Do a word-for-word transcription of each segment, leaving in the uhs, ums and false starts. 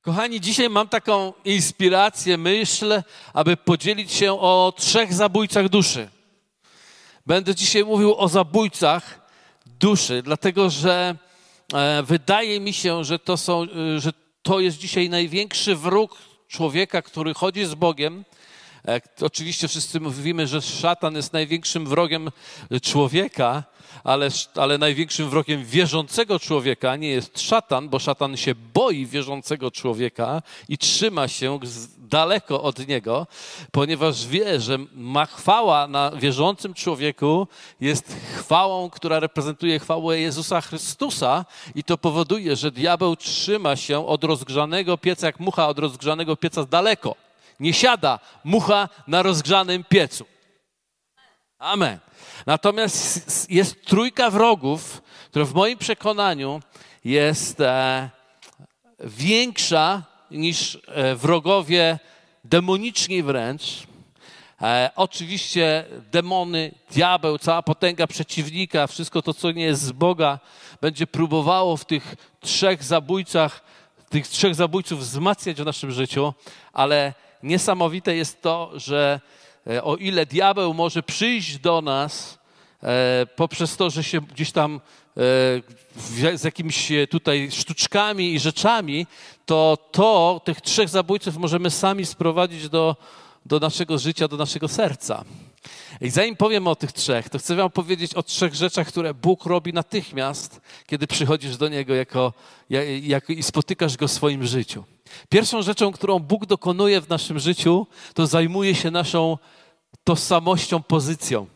Kochani, dzisiaj mam taką inspirację, myśl, aby podzielić się o trzech zabójcach duszy. Będę dzisiaj mówił o zabójcach duszy, dlatego że e, wydaje mi się, że to, są, e, że to jest dzisiaj największy wróg człowieka, który chodzi z Bogiem. E, oczywiście wszyscy mówimy, że szatan jest największym wrogiem człowieka, ale, ale największym wrogiem wierzącego człowieka nie jest szatan, bo szatan się boi wierzącego człowieka i trzyma się daleko od niego, ponieważ wie, że ma chwała na wierzącym człowieku jest chwałą, która reprezentuje chwałę Jezusa Chrystusa i to powoduje, że diabeł trzyma się od rozgrzanego pieca, jak mucha od rozgrzanego pieca daleko. Nie siada mucha na rozgrzanym piecu. Amen. Natomiast jest trójka wrogów, która w moim przekonaniu jest e, większa niż e, wrogowie demoniczni wręcz. E, oczywiście demony, diabeł, cała potęga przeciwnika, wszystko to, co nie jest z Boga, będzie próbowało w tych trzech zabójcach, tych trzech zabójców wzmacniać w naszym życiu, ale niesamowite jest to, że o ile diabeł może przyjść do nas e, poprzez to, że się gdzieś tam e, z jakimiś tutaj sztuczkami i rzeczami, to to, tych trzech zabójców możemy sami sprowadzić do, do naszego życia, do naszego serca. I zanim powiem o tych trzech, to chcę wam powiedzieć o trzech rzeczach, które Bóg robi natychmiast, kiedy przychodzisz do Niego jako, jako, i spotykasz Go w swoim życiu. Pierwszą rzeczą, którą Bóg dokonuje w naszym życiu, to zajmuje się naszą tożsamością, pozycją.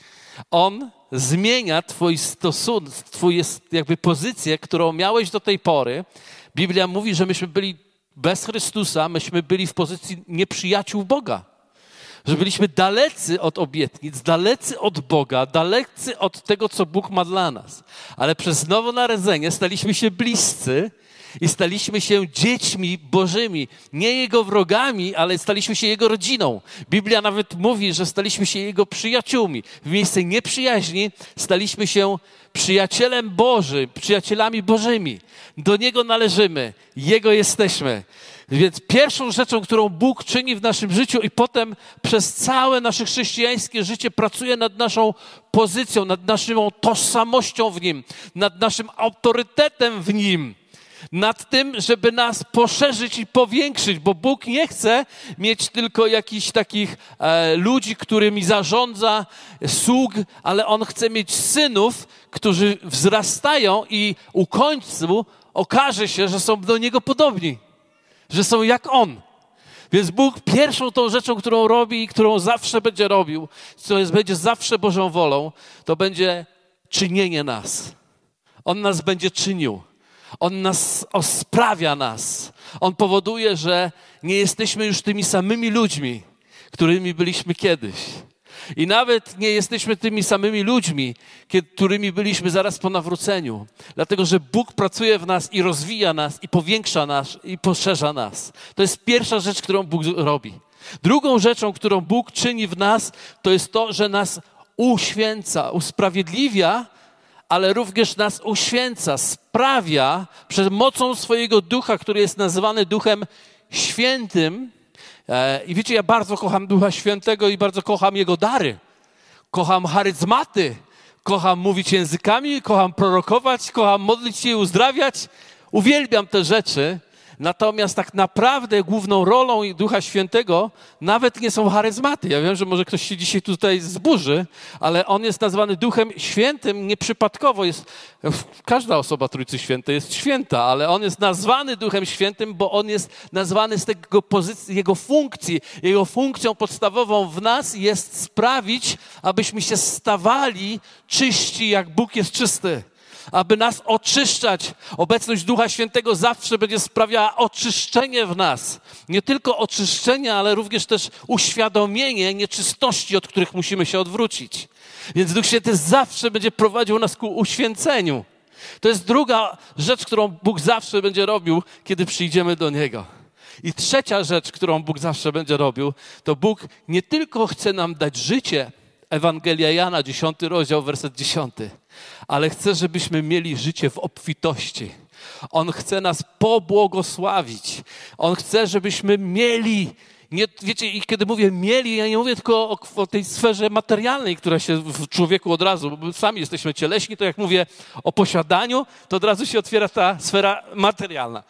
On zmienia twój stosunek, twój jakby pozycję, którą miałeś do tej pory. Biblia mówi, że myśmy byli bez Chrystusa, myśmy byli w pozycji nieprzyjaciół Boga. Że byliśmy dalecy od obietnic, dalecy od Boga, dalecy od tego, co Bóg ma dla nas. Ale przez nowonarodzenie staliśmy się bliscy i staliśmy się dziećmi Bożymi. Nie Jego wrogami, ale staliśmy się Jego rodziną. Biblia nawet mówi, że staliśmy się Jego przyjaciółmi. W miejsce nieprzyjaźni staliśmy się przyjacielem Bożym, przyjacielami Bożymi. Do Niego należymy, Jego jesteśmy. Więc pierwszą rzeczą, którą Bóg czyni w naszym życiu i potem przez całe nasze chrześcijańskie życie pracuje nad naszą pozycją, nad naszą tożsamością w Nim, nad naszym autorytetem w Nim, nad tym, żeby nas poszerzyć i powiększyć, bo Bóg nie chce mieć tylko jakichś takich e, ludzi, którymi zarządza, sług, ale On chce mieć synów, którzy wzrastają i u końcu okaże się, że są do Niego podobni. Że są jak On. Więc Bóg pierwszą tą rzeczą, którą robi i którą zawsze będzie robił, co jest, będzie zawsze Bożą wolą, to będzie czynienie nas. On nas będzie czynił. On nas osprawia nas. On powoduje, że nie jesteśmy już tymi samymi ludźmi, którymi byliśmy kiedyś. I nawet nie jesteśmy tymi samymi ludźmi, którymi byliśmy zaraz po nawróceniu. Dlatego, że Bóg pracuje w nas i rozwija nas, i powiększa nas, i poszerza nas. To jest pierwsza rzecz, którą Bóg robi. Drugą rzeczą, którą Bóg czyni w nas, to jest to, że nas uświęca, usprawiedliwia, ale również nas uświęca, sprawia przez mocą swojego Ducha, który jest nazywany Duchem Świętym. I wiecie, ja bardzo kocham Ducha Świętego i bardzo kocham Jego dary. Kocham charyzmaty, kocham mówić językami, kocham prorokować, kocham modlić się i uzdrawiać. Uwielbiam te rzeczy. Natomiast tak naprawdę główną rolą Ducha Świętego nawet nie są charyzmaty. Ja wiem, że może ktoś się dzisiaj tutaj zburzy, ale On jest nazwany Duchem Świętym nieprzypadkowo. Jest, każda osoba Trójcy Świętej jest święta, ale On jest nazwany Duchem Świętym, bo On jest nazwany z tego pozycji, Jego funkcji. Jego funkcją podstawową w nas jest sprawić, abyśmy się stawali czyści, jak Bóg jest czysty. Aby nas oczyszczać. Obecność Ducha Świętego zawsze będzie sprawiała oczyszczenie w nas. Nie tylko oczyszczenie, ale również też uświadomienie nieczystości, od których musimy się odwrócić. Więc Duch Święty zawsze będzie prowadził nas ku uświęceniu. To jest druga rzecz, którą Bóg zawsze będzie robił, kiedy przyjdziemy do Niego. I trzecia rzecz, którą Bóg zawsze będzie robił, to Bóg nie tylko chce nam dać życie, Ewangelia Jana, dziesiąty rozdział, werset dziesiąty. Ale chcę, żebyśmy mieli życie w obfitości. On chce nas pobłogosławić. On chce, żebyśmy mieli, nie, wiecie, i kiedy mówię mieli, ja nie mówię tylko o, o tej sferze materialnej, która się w człowieku od razu, bo sami jesteśmy cieleśni, to jak mówię o posiadaniu, to od razu się otwiera ta sfera materialna.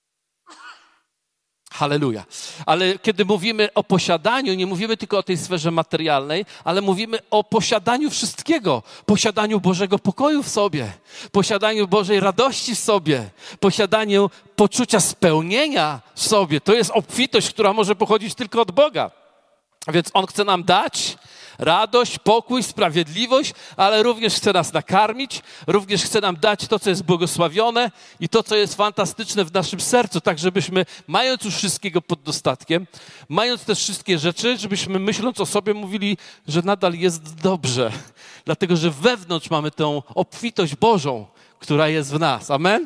Halleluja. Ale kiedy mówimy o posiadaniu, nie mówimy tylko o tej sferze materialnej, ale mówimy o posiadaniu wszystkiego. Posiadaniu Bożego pokoju w sobie, posiadaniu Bożej radości w sobie, posiadaniu poczucia spełnienia w sobie. To jest obfitość, która może pochodzić tylko od Boga. Więc On chce nam dać radość, pokój, sprawiedliwość, ale również chce nas nakarmić, również chce nam dać to, co jest błogosławione i to, co jest fantastyczne w naszym sercu, tak żebyśmy, mając już wszystkiego pod dostatkiem, mając te wszystkie rzeczy, żebyśmy myśląc o sobie mówili, że nadal jest dobrze, dlatego że wewnątrz mamy tę obfitość Bożą, która jest w nas. Amen?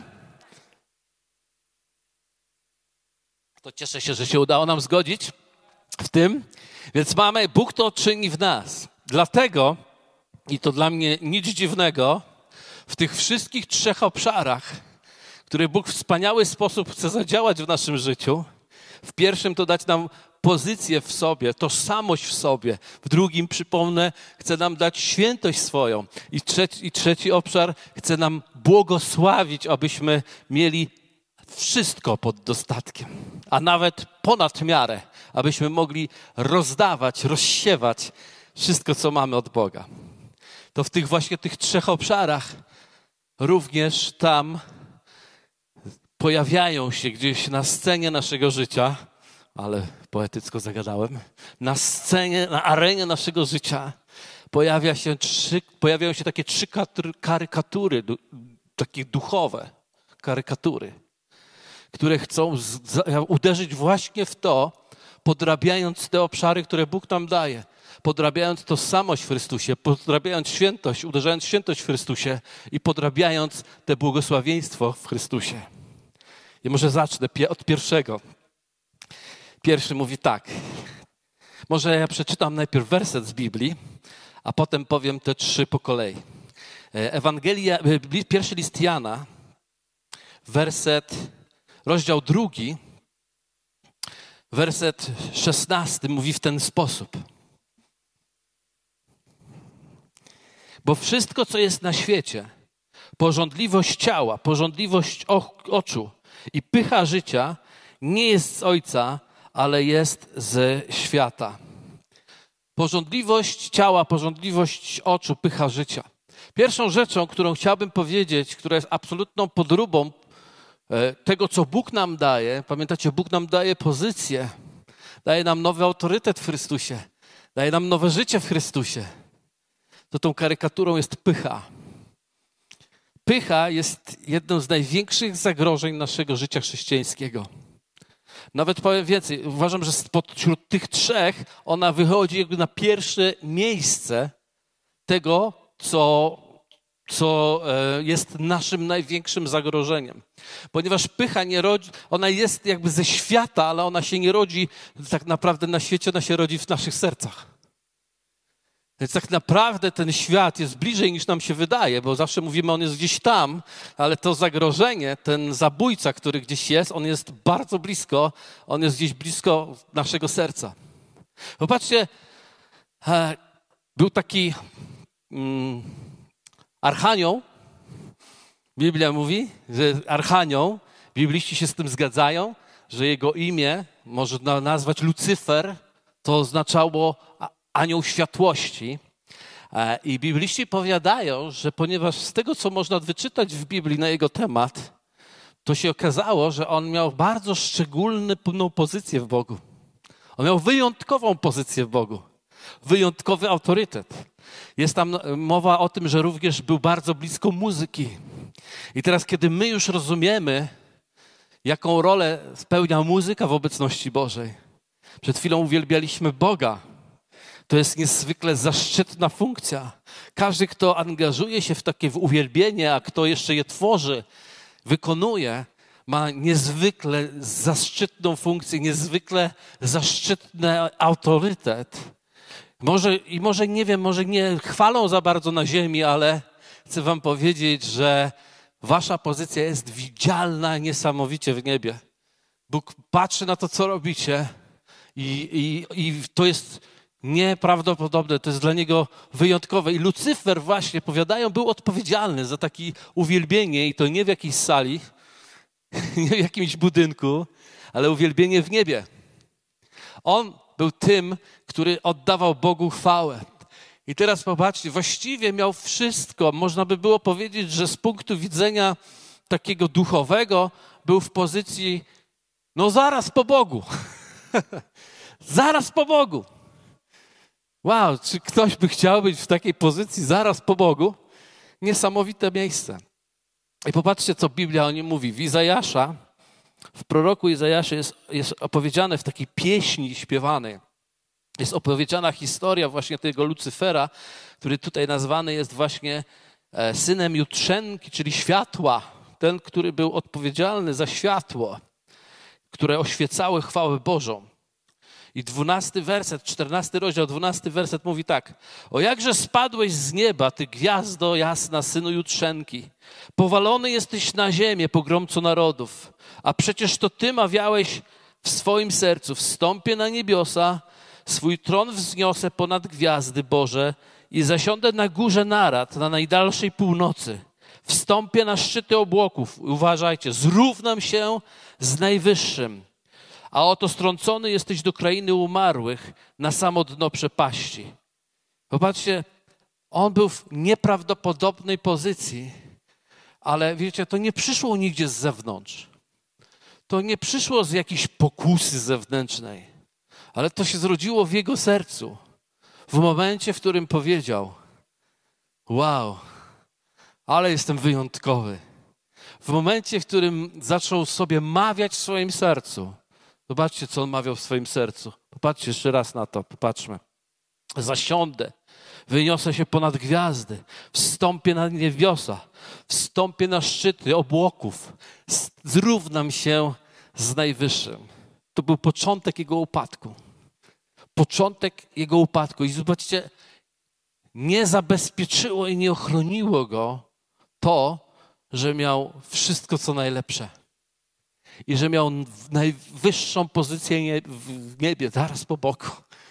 To cieszę się, że się udało nam zgodzić w tym. Więc mamy, Bóg to czyni w nas. Dlatego, i to dla mnie nic dziwnego, w tych wszystkich trzech obszarach, które Bóg w wspaniały sposób chce zadziałać w naszym życiu, w pierwszym to dać nam pozycję w sobie, tożsamość w sobie. W drugim, przypomnę, chce nam dać świętość swoją. I trzeci, i trzeci obszar chce nam błogosławić, abyśmy mieli wszystko pod dostatkiem, a nawet ponad miarę, abyśmy mogli rozdawać, rozsiewać wszystko, co mamy od Boga. To w tych właśnie tych trzech obszarach również tam pojawiają się gdzieś na scenie naszego życia, ale poetycko zagadałem, na scenie, na arenie naszego życia pojawia się trzy, pojawiają się takie trzy karykatury, takie duchowe karykatury, które chcą z, uderzyć właśnie w to, podrabiając te obszary, które Bóg nam daje, podrabiając tożsamość w Chrystusie, podrabiając świętość, uderzając w świętość w Chrystusie i podrabiając te błogosławieństwo w Chrystusie. I może zacznę od pierwszego. Pierwszy mówi tak. Może ja przeczytam najpierw werset z Biblii, a potem powiem te trzy po kolei. Ewangelia, pierwszy list Jana, werset, rozdział drugi, werset szesnasty mówi w ten sposób. Bo wszystko, co jest na świecie, pożądliwość ciała, pożądliwość oczu i pycha życia nie jest z Ojca, ale jest ze świata. Pożądliwość ciała, pożądliwość oczu, pycha życia. Pierwszą rzeczą, którą chciałbym powiedzieć, która jest absolutną podróbą tego, co Bóg nam daje, pamiętacie, Bóg nam daje pozycję, daje nam nowy autorytet w Chrystusie, daje nam nowe życie w Chrystusie. To tą karykaturą jest pycha. Pycha jest jedną z największych zagrożeń naszego życia chrześcijańskiego. Nawet powiem więcej, uważam, że spośród tych trzech ona wychodzi jakby na pierwsze miejsce tego, co, co jest naszym największym zagrożeniem. Ponieważ pycha nie rodzi, ona jest jakby ze świata, ale ona się nie rodzi tak naprawdę na świecie, ona się rodzi w naszych sercach. Więc tak naprawdę ten świat jest bliżej niż nam się wydaje, bo zawsze mówimy, on jest gdzieś tam, ale to zagrożenie, ten zabójca, który gdzieś jest, on jest bardzo blisko, on jest gdzieś blisko naszego serca. Popatrzcie, był taki mm, archanioł, Biblia mówi, że archanioł, bibliści się z tym zgadzają, że jego imię można nazwać Lucyfer, to oznaczało anioł światłości. I bibliści powiadają, że ponieważ z tego, co można wyczytać w Biblii na jego temat, to się okazało, że on miał bardzo szczególną pozycję w Bogu. On miał wyjątkową pozycję w Bogu. Wyjątkowy autorytet. Jest tam mowa o tym, że również był bardzo blisko muzyki. I teraz, kiedy my już rozumiemy, jaką rolę spełnia muzyka w obecności Bożej. Przed chwilą uwielbialiśmy Boga. To jest niezwykle zaszczytna funkcja. Każdy, kto angażuje się w takie uwielbienie, a kto jeszcze je tworzy, wykonuje, ma niezwykle zaszczytną funkcję, niezwykle zaszczytny autorytet. Może, i może nie wiem, może nie chwalą za bardzo na ziemi, ale chcę wam powiedzieć, że Wasza pozycja jest widzialna niesamowicie w niebie. Bóg patrzy na to, co robicie i, i, i to jest nieprawdopodobne, to jest dla Niego wyjątkowe. I Lucyfer właśnie, powiadają, był odpowiedzialny za takie uwielbienie i to nie w jakiejś sali, nie w jakimś budynku, ale uwielbienie w niebie. On był tym, który oddawał Bogu chwałę. I teraz popatrzcie, właściwie miał wszystko. Można by było powiedzieć, że z punktu widzenia takiego duchowego był w pozycji, no zaraz po Bogu. Zaraz po Bogu. Wow, czy ktoś by chciał być w takiej pozycji zaraz po Bogu? Niesamowite miejsce. I popatrzcie, co Biblia o nim mówi. W Izajasza, w proroku Izajasza jest, jest opowiedziane w takiej pieśni śpiewanej. Jest opowiedziana historia właśnie tego Lucyfera, który tutaj nazwany jest właśnie synem Jutrzenki, czyli światła. Ten, który był odpowiedzialny za światło, które oświecały chwałę Bożą. I dwunasty werset, czternasty rozdział, dwunasty werset mówi tak. O jakże spadłeś z nieba, ty gwiazdo jasna, synu Jutrzenki. Powalony jesteś na ziemię, pogromco narodów. A przecież to ty mawiałeś w swoim sercu. Wstąpię na niebiosa, swój tron wzniosę ponad gwiazdy Boże i zasiądę na górze narad, na najdalszej północy. Wstąpię na szczyty obłoków. Uważajcie, zrównam się z Najwyższym. A oto strącony jesteś do krainy umarłych, na samo dno przepaści. Popatrzcie, on był w nieprawdopodobnej pozycji, ale wiecie, to nie przyszło nigdzie z zewnątrz. To nie przyszło z jakiejś pokusy zewnętrznej, ale to się zrodziło w jego sercu. W momencie, w którym powiedział, wow, ale jestem wyjątkowy. W momencie, w którym zaczął sobie mawiać w swoim sercu. Zobaczcie, co on mawiał w swoim sercu. Popatrzcie jeszcze raz na to, popatrzmy. Zasiądę, wyniosę się ponad gwiazdy, wstąpię na niebiosa, wstąpię na szczyty obłoków, zrównam się z Najwyższym. To był początek jego upadku. Początek jego upadku. I zobaczcie, nie zabezpieczyło i nie ochroniło go to, że miał wszystko, co najlepsze. I że miał najwyższą pozycję w niebie, zaraz po boku.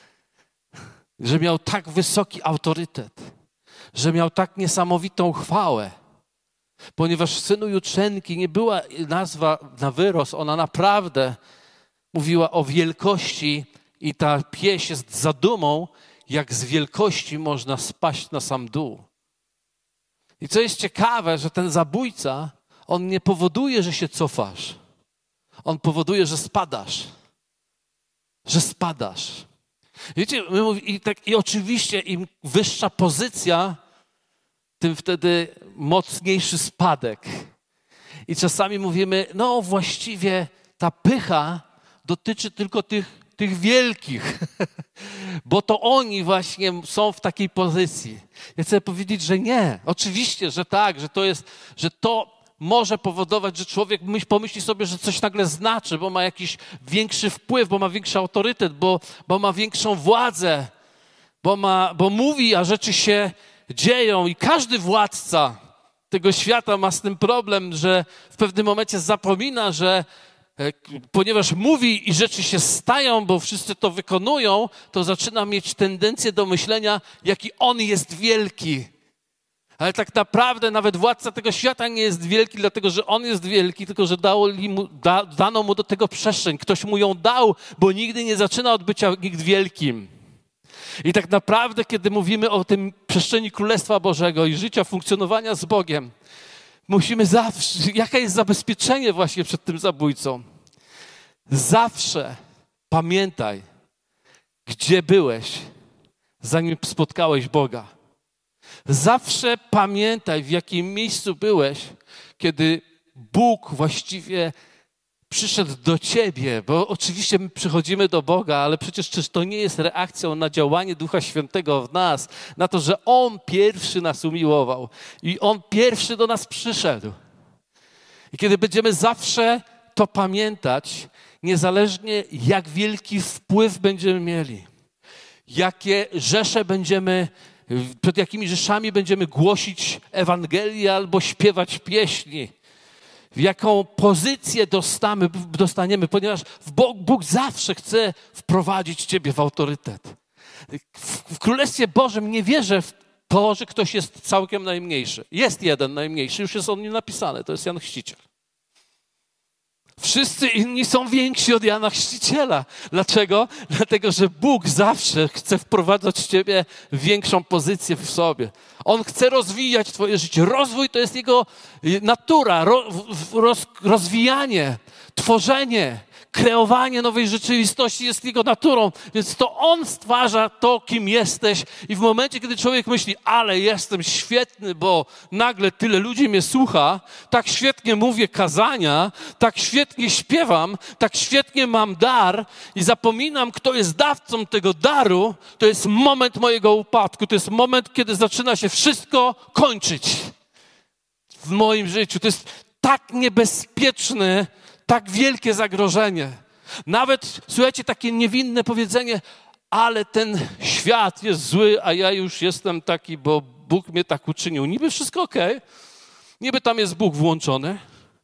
Że miał tak wysoki autorytet. Że miał tak niesamowitą chwałę. Ponieważ synu Jutrzenki nie była nazwa na wyrost, ona naprawdę mówiła o wielkości i ta pieśń jest zadumą, jak z wielkości można spaść na sam dół. I co jest ciekawe, że ten zabójca, on nie powoduje, że się cofasz. On powoduje, że spadasz. Że spadasz. Wiecie, my mówimy, i, tak, i oczywiście im wyższa pozycja, tym wtedy mocniejszy spadek. I czasami mówimy, no właściwie ta pycha dotyczy tylko tych, tych wielkich, bo to oni właśnie są w takiej pozycji. Ja chcę powiedzieć, że nie. Oczywiście, że tak, że to jest, że to może powodować, że człowiek myśl, pomyśli sobie, że coś nagle znaczy, bo ma jakiś większy wpływ, bo ma większy autorytet, bo, bo ma większą władzę, bo, ma, bo mówi, a rzeczy się dzieją. I każdy władca tego świata ma z tym problem, że w pewnym momencie zapomina, że e, ponieważ mówi i rzeczy się stają, bo wszyscy to wykonują, to zaczyna mieć tendencję do myślenia, jaki on jest wielki. Ale tak naprawdę nawet władca tego świata nie jest wielki, dlatego że on jest wielki, tylko że dało mu, da, dano mu do tego przestrzeń. Ktoś mu ją dał, bo nigdy nie zaczyna od bycia nikt wielkim. I tak naprawdę, kiedy mówimy o tym przestrzeni Królestwa Bożego i życia, funkcjonowania z Bogiem, musimy zawsze, jaka jest zabezpieczenie właśnie przed tym zabójcą? Zawsze pamiętaj, gdzie byłeś, zanim spotkałeś Boga. Zawsze pamiętaj, w jakim miejscu byłeś, kiedy Bóg właściwie przyszedł do ciebie, bo oczywiście my przychodzimy do Boga, ale przecież czyż to nie jest reakcją na działanie Ducha Świętego w nas, na to, że On pierwszy nas umiłował i On pierwszy do nas przyszedł. I kiedy będziemy zawsze to pamiętać, niezależnie jak wielki wpływ będziemy mieli, jakie rzesze będziemy przed jakimi rzeczami będziemy głosić Ewangelię albo śpiewać pieśni. W jaką pozycję dostamy, dostaniemy, ponieważ Bóg, Bóg zawsze chce wprowadzić ciebie w autorytet. W, w Królestwie Bożym nie wierzę w to, że ktoś jest całkiem najmniejszy. Jest jeden najmniejszy, już jest o nim napisane, to jest Jan Chrzciciel. Wszyscy inni są więksi od Jana Chrzciciela. Dlaczego? Dlatego, że Bóg zawsze chce wprowadzać ciebie w większą pozycję w sobie. On chce rozwijać twoje życie. Rozwój to jest jego natura, roz, rozwijanie, tworzenie, kreowanie nowej rzeczywistości jest jego naturą. Więc to on stwarza to, kim jesteś. I w momencie, kiedy człowiek myśli, ale jestem świetny, bo nagle tyle ludzi mnie słucha, tak świetnie mówię kazania, tak świetnie śpiewam, tak świetnie mam dar i zapominam, kto jest dawcą tego daru, to jest moment mojego upadku. To jest moment, kiedy zaczyna się wszystko kończyć w moim życiu. To jest tak niebezpieczne, tak wielkie zagrożenie. Nawet, słuchajcie, takie niewinne powiedzenie, ale ten świat jest zły, a ja już jestem taki, bo Bóg mnie tak uczynił. Niby wszystko okej, niby tam jest Bóg włączony,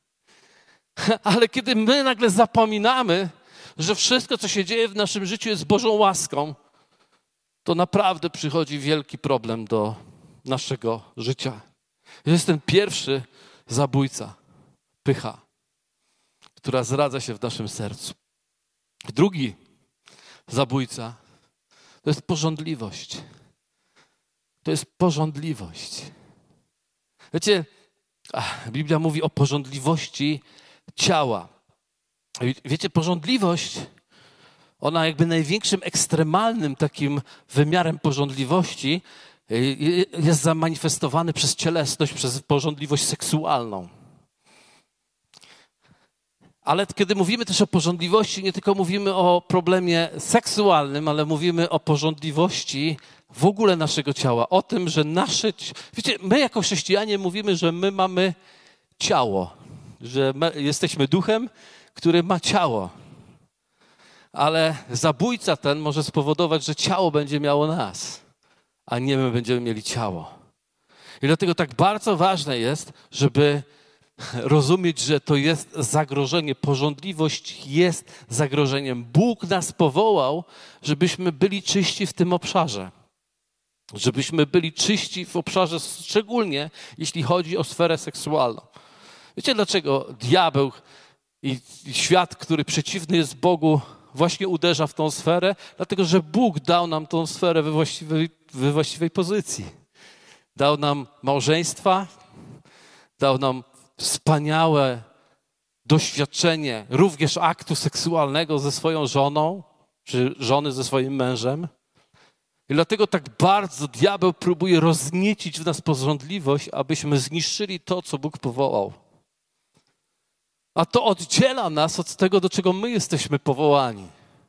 ale kiedy my nagle zapominamy, że wszystko, co się dzieje w naszym życiu jest Bożą łaską, to naprawdę przychodzi wielki problem do naszego życia. To jest ten pierwszy zabójca, pycha, która zradza się w naszym sercu. Drugi zabójca to jest pożądliwość. To jest pożądliwość. Wiecie, Biblia mówi o pożądliwości ciała. Wiecie, pożądliwość, ona jakby największym ekstremalnym takim wymiarem pożądliwości jest zamanifestowany przez cielesność, przez pożądliwość seksualną. Ale kiedy mówimy też o pożądliwości, nie tylko mówimy o problemie seksualnym, ale mówimy o pożądliwości w ogóle naszego ciała. O tym, że nasze... Wiecie, my jako chrześcijanie mówimy, że my mamy ciało. Że jesteśmy duchem, który ma ciało. Ale zabójca ten może spowodować, że ciało będzie miało nas, a nie my będziemy mieli ciało. I dlatego tak bardzo ważne jest, żeby rozumieć, że to jest zagrożenie. Pożądliwość jest zagrożeniem. Bóg nas powołał, żebyśmy byli czyści w tym obszarze. Żebyśmy byli czyści w obszarze, szczególnie jeśli chodzi o sferę seksualną. Wiecie, dlaczego diabeł i świat, który przeciwny jest Bogu, właśnie uderza w tą sferę? Dlatego, że Bóg dał nam tą sferę we właściwej, we właściwej pozycji. Dał nam małżeństwa, dał nam wspaniałe doświadczenie również aktu seksualnego ze swoją żoną, czy żony ze swoim mężem. I dlatego tak bardzo diabeł próbuje rozniecić w nas pożądliwość, abyśmy zniszczyli to, co Bóg powołał. A to oddziela nas od tego, do czego my jesteśmy powołani.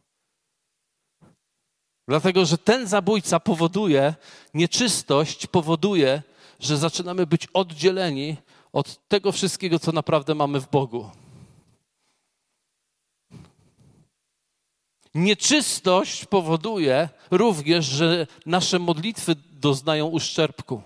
Dlatego, że ten zabójca powoduje, nieczystość powoduje, że zaczynamy być oddzieleni od tego wszystkiego, co naprawdę mamy w Bogu. Nieczystość powoduje również, że nasze modlitwy doznają uszczerbku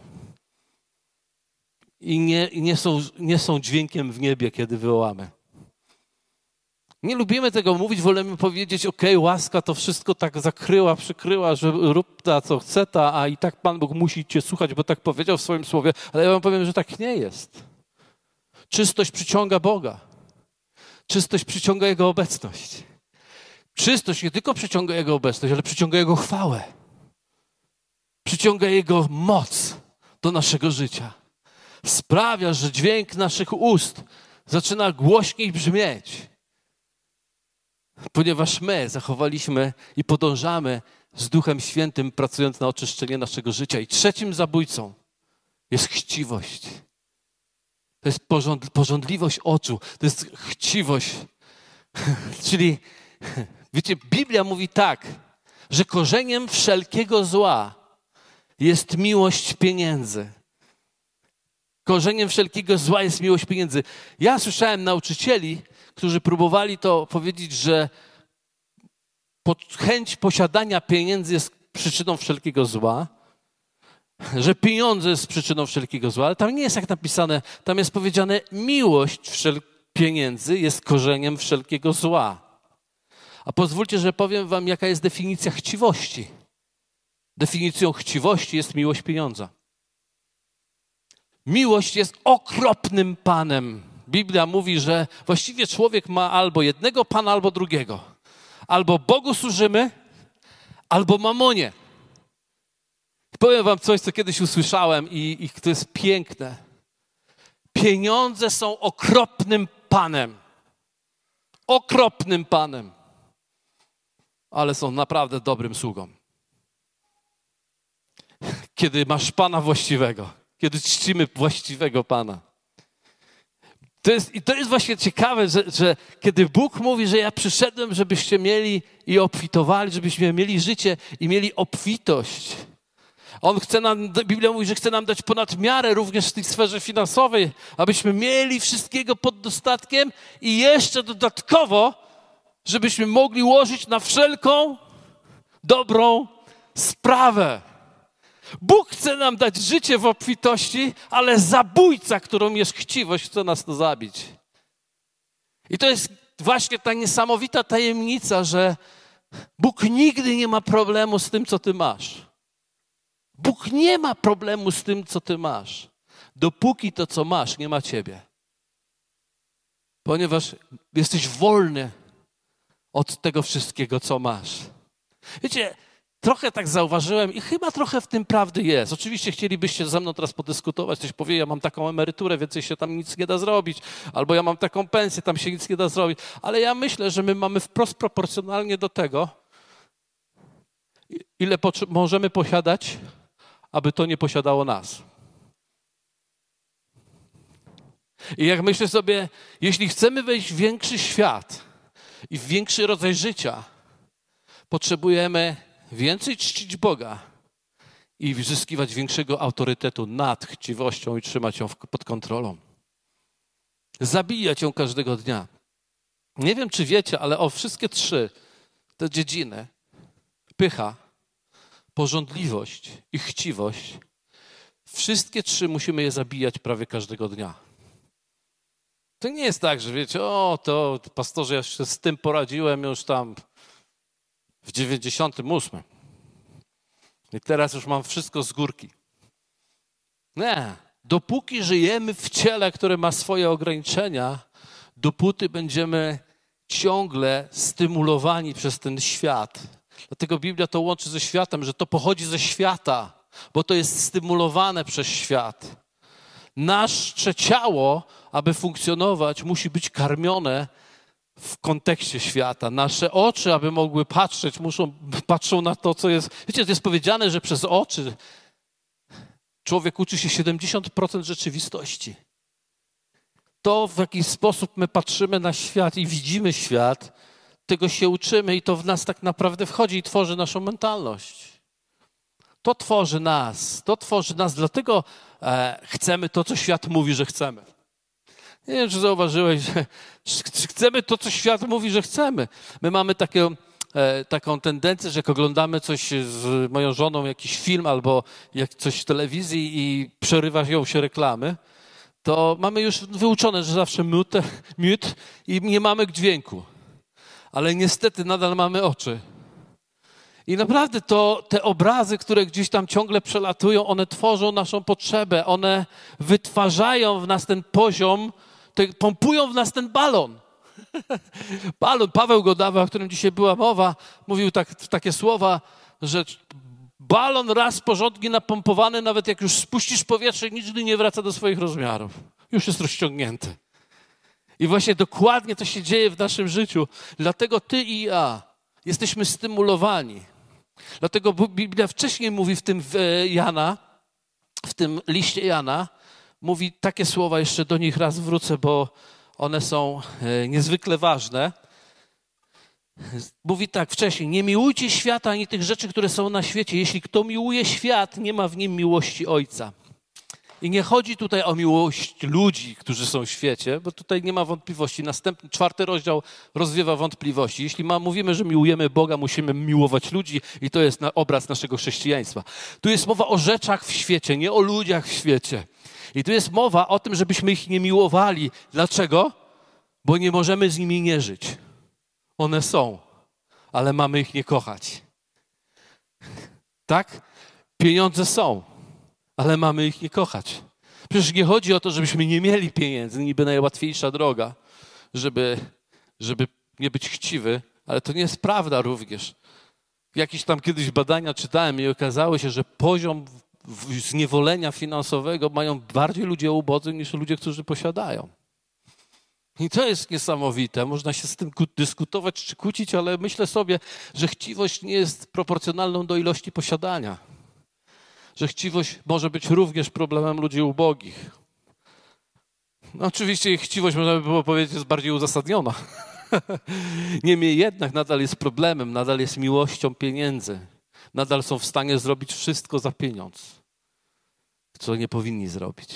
i nie, nie, są, nie są dźwiękiem w niebie, kiedy wołamy. Nie lubimy tego mówić, wolimy powiedzieć, okej, łaska to wszystko tak zakryła, przykryła, że rób ta, co chce ta, a i tak Pan Bóg musi cię słuchać, bo tak powiedział w swoim słowie, ale ja wam powiem, że tak nie jest. Czystość przyciąga Boga. Czystość przyciąga Jego obecność. Czystość nie tylko przyciąga Jego obecność, ale przyciąga Jego chwałę. Przyciąga Jego moc do naszego życia. Sprawia, że dźwięk naszych ust zaczyna głośniej brzmieć, ponieważ my zachowaliśmy i podążamy z Duchem Świętym, pracując na oczyszczenie naszego życia. I trzecim zabójcą jest chciwość. To jest porząd, porządliwość oczu, to jest chciwość. Czyli, wiecie, Biblia mówi tak, że korzeniem wszelkiego zła jest miłość pieniędzy. Korzeniem wszelkiego zła jest miłość pieniędzy. Ja słyszałem nauczycieli, którzy próbowali to powiedzieć, że chęć posiadania pieniędzy jest przyczyną wszelkiego zła. że pieniądze jest przyczyną wszelkiego zła, ale tam nie jest jak napisane, tam jest powiedziane, miłość wszel- pieniędzy jest korzeniem wszelkiego zła. A pozwólcie, że powiem wam, jaka jest definicja chciwości. Definicją chciwości jest miłość pieniądza. Miłość jest okropnym panem. Biblia mówi, że właściwie człowiek ma albo jednego pana, albo drugiego. Albo Bogu służymy, albo mamonie. Powiem wam coś, co kiedyś usłyszałem i, i to jest piękne. Pieniądze są okropnym panem. Okropnym panem. Ale są naprawdę dobrym sługą. Kiedy masz pana właściwego. Kiedy czcimy właściwego pana. To jest, i to jest właśnie ciekawe, że, że kiedy Bóg mówi, że ja przyszedłem, żebyście mieli i obfitowali, żebyśmy mieli życie i mieli obfitość. On chce nam, Biblia mówi, że chce nam dać ponad miarę również w tej sferze finansowej, abyśmy mieli wszystkiego pod dostatkiem i jeszcze dodatkowo, żebyśmy mogli łożyć na wszelką dobrą sprawę. Bóg chce nam dać życie w obfitości, ale zabójca, którą jest chciwość, chce nas to zabić. I to jest właśnie ta niesamowita tajemnica, że Bóg nigdy nie ma problemu z tym, co ty masz. Bóg nie ma problemu z tym, co ty masz, dopóki to, co masz, nie ma ciebie. Ponieważ jesteś wolny od tego wszystkiego, co masz. Wiecie, trochę tak zauważyłem i chyba trochę w tym prawdy jest. Oczywiście chcielibyście ze mną teraz podyskutować, ktoś powie, ja mam taką emeryturę, więcej się tam nic nie da zrobić, albo ja mam taką pensję, tam się nic nie da zrobić. Ale ja myślę, że my mamy wprost proporcjonalnie do tego, ile możemy posiadać, aby to nie posiadało nas. I jak myślę sobie, jeśli chcemy wejść w większy świat i w większy rodzaj życia, potrzebujemy więcej czcić Boga i zyskiwać większego autorytetu nad chciwością i trzymać ją pod kontrolą. Zabijać ją każdego dnia. Nie wiem, czy wiecie, ale o wszystkie trzy te dziedziny, pycha, pożądliwość i chciwość, wszystkie trzy musimy je zabijać prawie każdego dnia. To nie jest tak, że wiecie, o, to pastorze, ja się z tym poradziłem już tam w dziewięćdziesiątym ósmym. I teraz już mam wszystko z górki. Nie. Dopóki żyjemy w ciele, które ma swoje ograniczenia, dopóty będziemy ciągle stymulowani przez ten świat. Dlatego Biblia to łączy ze światem, że to pochodzi ze świata, bo to jest stymulowane przez świat. Nasze ciało, aby funkcjonować, musi być karmione w kontekście świata. Nasze oczy, aby mogły patrzeć, muszą, patrzą na to, co jest... Wiecie, to jest powiedziane, że przez oczy człowiek uczy się siedemdziesiąt procent rzeczywistości. To, w jaki sposób my patrzymy na świat i widzimy świat, tego się uczymy i to w nas tak naprawdę wchodzi i tworzy naszą mentalność. To tworzy nas, to tworzy nas, dlatego e, chcemy to, co świat mówi, że chcemy. Nie wiem, czy zauważyłeś, że chcemy to, co świat mówi, że chcemy. My mamy takie, e, taką tendencję, że jak oglądamy coś z moją żoną, jakiś film albo jak coś w telewizji i przerywają się reklamy, to mamy już wyuczone, że zawsze mute, mute i nie mamy dźwięku. Ale niestety nadal mamy oczy. I naprawdę to te obrazy, które gdzieś tam ciągle przelatują, one tworzą naszą potrzebę, one wytwarzają w nas ten poziom, te, pompują w nas ten balon. Balon, Paweł Godawa, o którym dzisiaj była mowa, mówił tak, takie słowa, że balon raz porządnie napompowany, nawet jak już spuścisz powietrze, nigdy nie wraca do swoich rozmiarów. Już jest rozciągnięty. I właśnie dokładnie to się dzieje w naszym życiu. Dlatego ty i ja jesteśmy stymulowani. Dlatego Biblia wcześniej mówi w tym Jana, w tym liście Jana, mówi takie słowa, jeszcze do nich raz wrócę, bo one są niezwykle ważne. Mówi tak wcześniej, nie miłujcie świata ani tych rzeczy, które są na świecie. Jeśli kto miłuje świat, nie ma w nim miłości Ojca. I nie chodzi tutaj o miłość ludzi, którzy są w świecie, bo tutaj nie ma wątpliwości. Następny, czwarty rozdział rozwiewa wątpliwości. Jeśli ma, mówimy, że miłujemy Boga, musimy miłować ludzi i to jest na obraz naszego chrześcijaństwa. Tu jest mowa o rzeczach w świecie, nie o ludziach w świecie. I tu jest mowa o tym, żebyśmy ich nie miłowali. Dlaczego? Bo nie możemy z nimi nie żyć. One są, ale mamy ich nie kochać. Tak? Pieniądze są, ale mamy ich nie kochać. Przecież nie chodzi o to, żebyśmy nie mieli pieniędzy, niby najłatwiejsza droga, żeby, żeby nie być chciwy, ale to nie jest prawda również. Jakieś tam kiedyś badania czytałem i okazało się, że poziom zniewolenia finansowego mają bardziej ludzie ubodzy niż ludzie, którzy posiadają. I to jest niesamowite. Można się z tym dyskutować czy kłócić, ale myślę sobie, że chciwość nie jest proporcjonalną do ilości posiadania. Że chciwość może być również problemem ludzi ubogich. No oczywiście ich chciwość, można by było powiedzieć, jest bardziej uzasadniona. Niemniej jednak nadal jest problemem, nadal jest miłością pieniędzy. Nadal są w stanie zrobić wszystko za pieniądz, co nie powinni zrobić.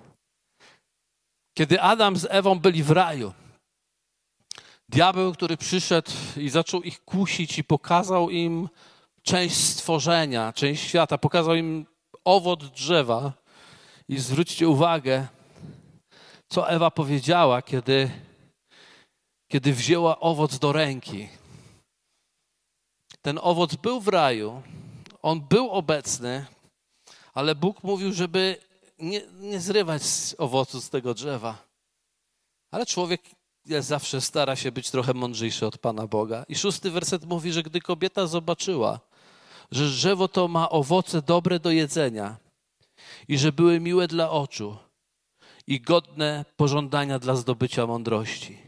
Kiedy Adam z Ewą byli w raju, diabeł, który przyszedł i zaczął ich kusić i pokazał im część stworzenia, część świata, pokazał im owoc drzewa i zwróćcie uwagę, co Ewa powiedziała, kiedy, kiedy wzięła owoc do ręki. Ten owoc był w raju, on był obecny, ale Bóg mówił, żeby nie, nie zrywać z owocu z tego drzewa. Ale człowiek jest, zawsze stara się być trochę mądrzejszy od Pana Boga. I szósty werset mówi, że gdy kobieta zobaczyła, że drzewo to ma owoce dobre do jedzenia i że były miłe dla oczu i godne pożądania dla zdobycia mądrości.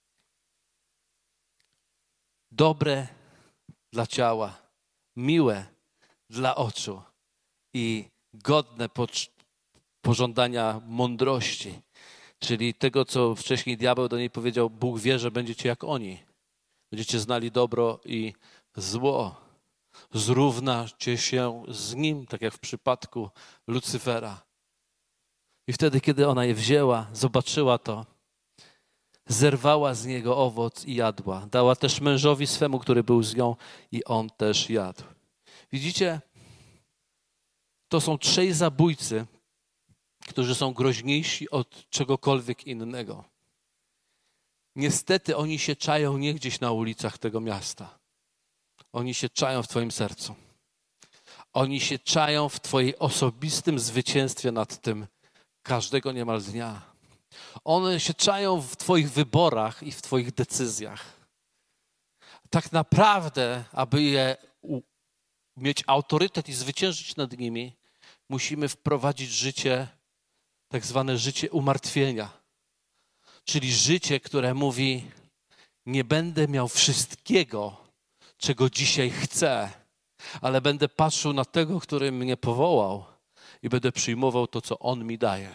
Dobre dla ciała, miłe dla oczu i godne pożądania mądrości. Czyli tego, co wcześniej diabeł do niej powiedział, Bóg wie, że będziecie jak oni. Będziecie znali dobro i zło. Zrównacie się z nim, tak jak w przypadku Lucyfera. I wtedy, kiedy ona je wzięła, zobaczyła to, zerwała z niego owoc i jadła. Dała też mężowi swemu, który był z nią, i on też jadł. Widzicie? To są trzej zabójcy, którzy są groźniejsi od czegokolwiek innego. Niestety oni się czają nie gdzieś na ulicach tego miasta. Oni się czają w twoim sercu. Oni się czają w twojej osobistym zwycięstwie nad tym każdego niemal dnia. One się czają w twoich wyborach i w twoich decyzjach. Tak naprawdę, aby je u- mieć autorytet i zwyciężyć nad nimi, musimy wprowadzić życie, tak zwane życie umartwienia. Czyli życie, które mówi, nie będę miał wszystkiego, czego dzisiaj chcę, ale będę patrzył na tego, który mnie powołał i będę przyjmował to, co On mi daje.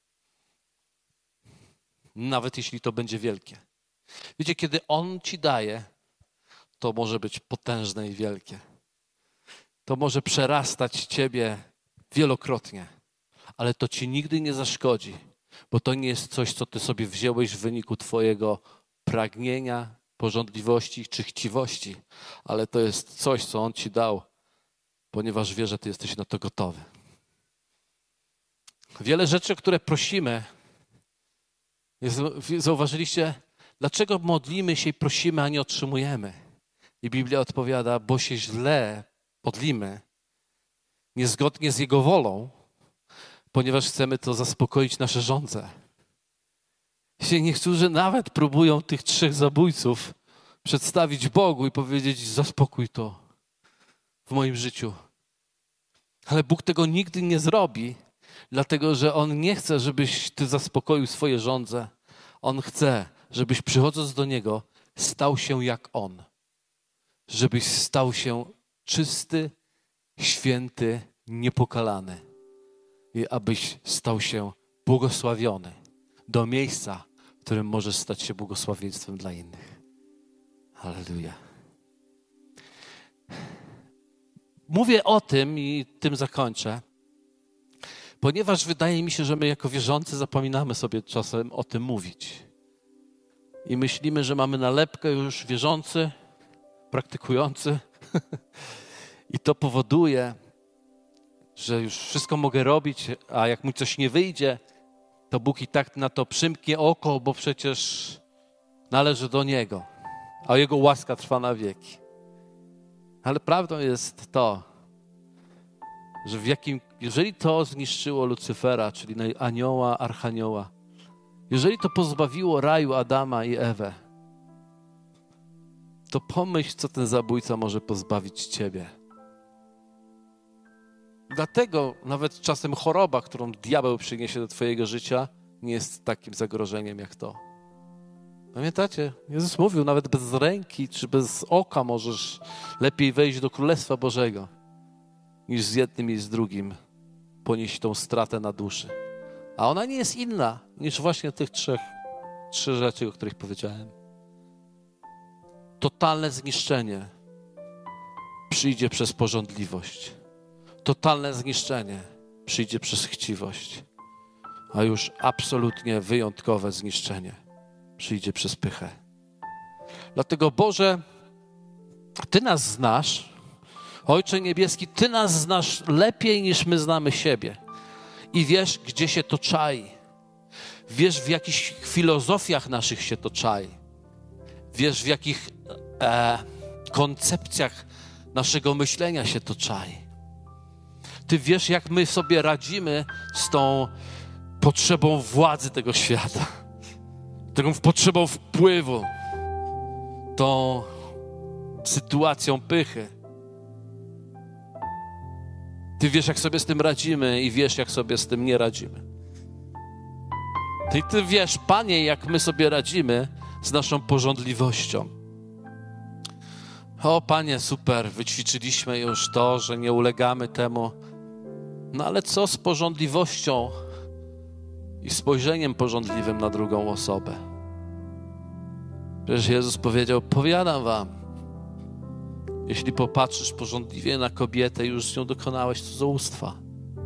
Nawet jeśli to będzie wielkie. Wiecie, kiedy On ci daje, to może być potężne i wielkie. To może przerastać ciebie wielokrotnie, ale to ci nigdy nie zaszkodzi, bo to nie jest coś, co ty sobie wziąłeś w wyniku twojego pragnienia, pożądliwości czy chciwości, ale to jest coś, co On ci dał, ponieważ wie, że ty jesteś na to gotowy. Wiele rzeczy, które prosimy, zauważyliście, dlaczego modlimy się i prosimy, a nie otrzymujemy? I Biblia odpowiada, bo się źle modlimy, niezgodnie z Jego wolą, ponieważ chcemy to zaspokoić nasze żądze. Jeśli niektórzy nawet próbują tych trzech zabójców przedstawić Bogu i powiedzieć, zaspokój to w moim życiu. Ale Bóg tego nigdy nie zrobi, dlatego że On nie chce, żebyś ty zaspokoił swoje żądze. On chce, żebyś przychodząc do Niego stał się jak On. Żebyś stał się czysty, święty, niepokalany. I abyś stał się błogosławiony do miejsca, w którym możesz stać się błogosławieństwem dla innych. Halleluja. Mówię o tym i tym zakończę, Ponieważ wydaje mi się, że my jako wierzący zapominamy sobie czasem o tym mówić. I myślimy, że mamy nalepkę już wierzący, praktykujący. I to powoduje, że już wszystko mogę robić, a jak mu coś nie wyjdzie, to Bóg i tak na to przymknie oko, bo przecież należy do Niego, a Jego łaska trwa na wieki. Ale prawdą jest to, że w jakim, jeżeli to zniszczyło Lucyfera, czyli anioła, archanioła, jeżeli to pozbawiło raju Adama i Ewę, to pomyśl, co ten zabójca może pozbawić ciebie. Dlatego nawet czasem choroba, którą diabeł przyniesie do twojego życia, nie jest takim zagrożeniem jak to. Pamiętacie? Jezus mówił, nawet bez ręki czy bez oka możesz lepiej wejść do Królestwa Bożego, niż z jednym i z drugim ponieść tą stratę na duszy. A ona nie jest inna niż właśnie tych trzech, trzy rzeczy, o których powiedziałem. Totalne zniszczenie przyjdzie przez pożądliwość. Totalne zniszczenie przyjdzie przez chciwość. A już absolutnie wyjątkowe zniszczenie przyjdzie przez pychę. Dlatego Boże, Ty nas znasz, Ojcze Niebieski, Ty nas znasz lepiej niż my znamy siebie. I wiesz, gdzie się to czai. Wiesz, w jakich filozofiach naszych się to czai. Wiesz, w jakich e, koncepcjach naszego myślenia się to czai. Ty wiesz, jak my sobie radzimy z tą potrzebą władzy tego świata, tą potrzebą wpływu, tą sytuacją pychy. Ty wiesz, jak sobie z tym radzimy i wiesz, jak sobie z tym nie radzimy. Ty, ty wiesz, Panie, jak my sobie radzimy z naszą pożądliwością. O, Panie, super, wyćwiczyliśmy już to, że nie ulegamy temu. No ale co z pożądliwością i spojrzeniem pożądliwym na drugą osobę? Przecież Jezus powiedział, powiadam wam, jeśli popatrzysz pożądliwie na kobietę, już z nią dokonałeś cudzołóstwa.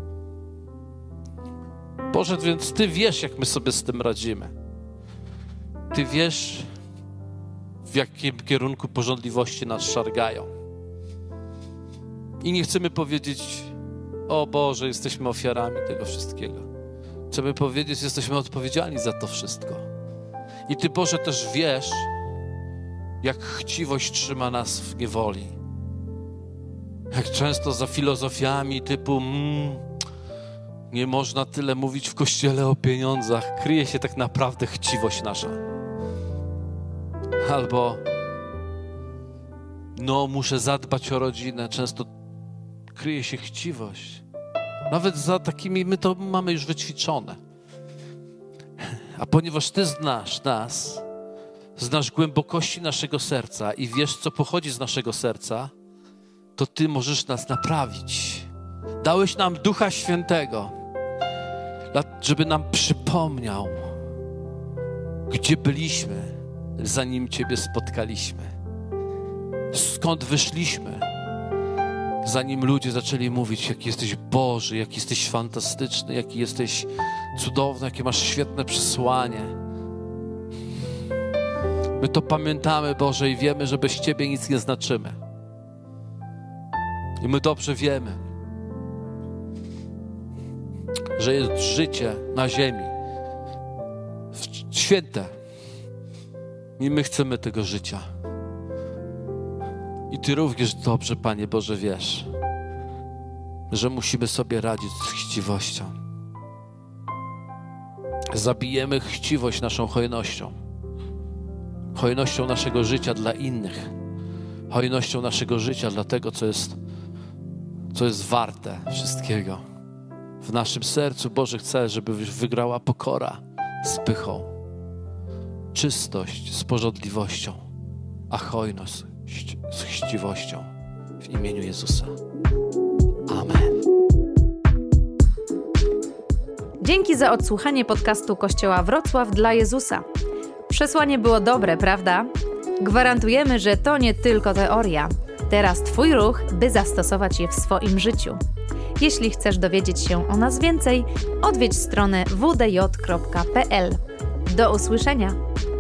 Boże, więc Ty wiesz, jak my sobie z tym radzimy. Ty wiesz, w jakim kierunku pożądliwości nas szargają. I nie chcemy powiedzieć, o Boże, jesteśmy ofiarami tego wszystkiego. Chcemy powiedzieć, jesteśmy odpowiedzialni za to wszystko. I Ty, Boże, też wiesz, jak chciwość trzyma nas w niewoli. Jak często za filozofiami typu mm, nie można tyle mówić w Kościele o pieniądzach, kryje się tak naprawdę chciwość nasza. Albo no, muszę zadbać o rodzinę. Często kryje się chciwość. Nawet za takimi my to mamy już wyćwiczone. A ponieważ Ty znasz nas, znasz głębokości naszego serca i wiesz, co pochodzi z naszego serca, to Ty możesz nas naprawić. Dałeś nam Ducha Świętego, żeby nam przypomniał, gdzie byliśmy, zanim Ciebie spotkaliśmy. Skąd wyszliśmy, zanim ludzie zaczęli mówić, jaki jesteś Boży, jaki jesteś fantastyczny, jaki jesteś cudowny, jakie masz świetne przesłanie. My to pamiętamy, Boże, i wiemy, że bez Ciebie nic nie znaczymy. I my dobrze wiemy, że jest życie na ziemi święte. I my chcemy tego życia. I Ty również dobrze, Panie Boże, wiesz, że musimy sobie radzić z chciwością. Zabijemy chciwość naszą hojnością. Hojnością naszego życia dla innych. Hojnością naszego życia dla tego, co jest, co jest warte wszystkiego. W naszym sercu, Boże, chcę, żeby wygrała pokora z pychą. Czystość z pożądliwością, a hojność z chciwością. W imieniu Jezusa. Amen. Dzięki za odsłuchanie podcastu Kościoła Wrocław dla Jezusa. Przesłanie było dobre, prawda? Gwarantujemy, że to nie tylko teoria. Teraz Twój ruch, by zastosować je w swoim życiu. Jeśli chcesz dowiedzieć się o nas więcej, odwiedź stronę w d j kropka p l. Do usłyszenia!